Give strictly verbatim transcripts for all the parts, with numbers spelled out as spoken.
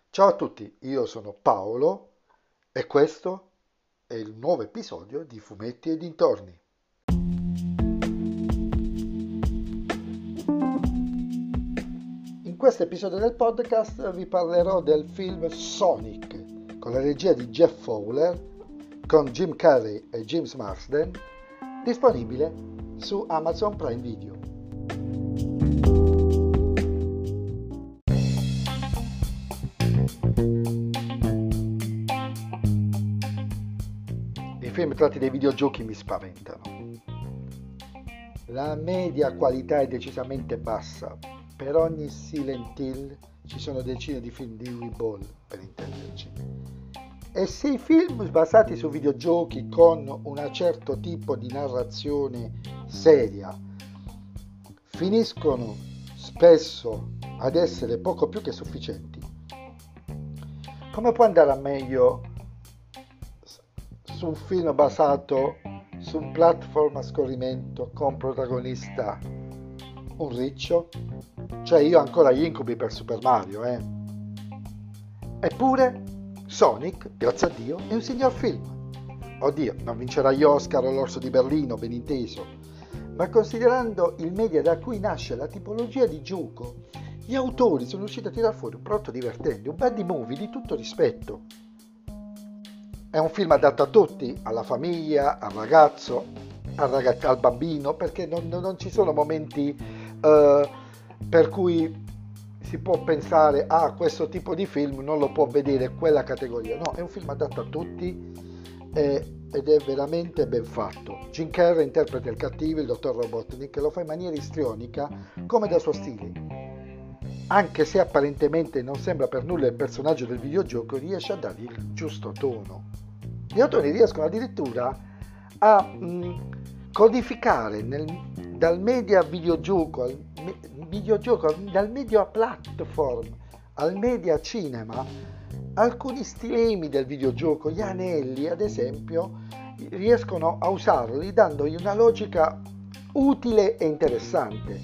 Ciao a tutti, io sono Paolo e questo è il nuovo episodio di Fumetti e dintorni. In questo episodio del podcast vi parlerò del film Sonic, con la regia di Jeff Fowler, con Jim Carrey e James Marsden, disponibile su Amazon Prime Video. I film tratti dai videogiochi mi spaventano. La media qualità è decisamente bassa. Per ogni Silent Hill ci sono decine di film di Uwe Boll, per intenderci. E se i film basati su videogiochi con un certo tipo di narrazione seria finiscono spesso ad essere poco più che sufficienti, come può andare a meglio su un film basato su un platform a scorrimento con protagonista un riccio? Cioè, io ho ancora gli incubi per Super Mario, eh. Eppure Sonic, grazie a Dio, è un signor film. Oddio, non vincerà gli Oscar o l'Orso di Berlino, ben inteso, ma considerando il media da cui nasce la tipologia di gioco, gli autori sono riusciti a tirar fuori un prodotto divertente, un buddy movie di tutto rispetto. È un film adatto a tutti, alla famiglia, al ragazzo, al, ragazzo, al bambino, perché non, non ci sono momenti uh, per cui si può pensare a ah, questo tipo di film non lo può vedere quella categoria. No, è un film adatto a tutti eh, ed è veramente ben fatto. Jim Carrey interpreta il cattivo, il dottor Robotnik, e lo fa in maniera istrionica come da suo stile. Anche se apparentemente non sembra per nulla il personaggio del videogioco, riesce a dargli il giusto tono. Gli autori riescono addirittura a mh, codificare nel, dal media videogioco, al me, videogioco, dal media platform al media cinema, alcuni stilemi del videogioco, gli anelli ad esempio, riescono a usarli dandogli una logica utile e interessante.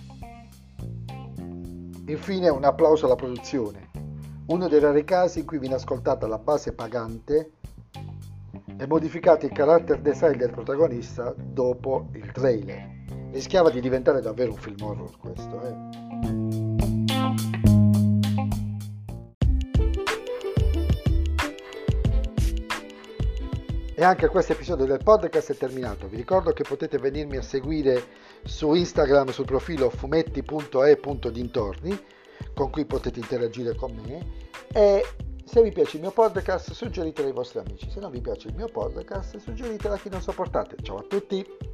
Infine un applauso alla produzione, uno dei rari casi in cui viene ascoltata la base pagante e modificato il character design del protagonista dopo il trailer. Rischiava di diventare davvero un film horror questo, eh. E anche questo episodio del podcast è terminato. Vi ricordo che potete venirmi a seguire su Instagram sul profilo fumetti punto e punto dintorni, con cui potete interagire con me, e se vi piace il mio podcast suggeritelo ai vostri amici, se non vi piace il mio podcast suggeritelo a chi non sopportate. Ciao a tutti!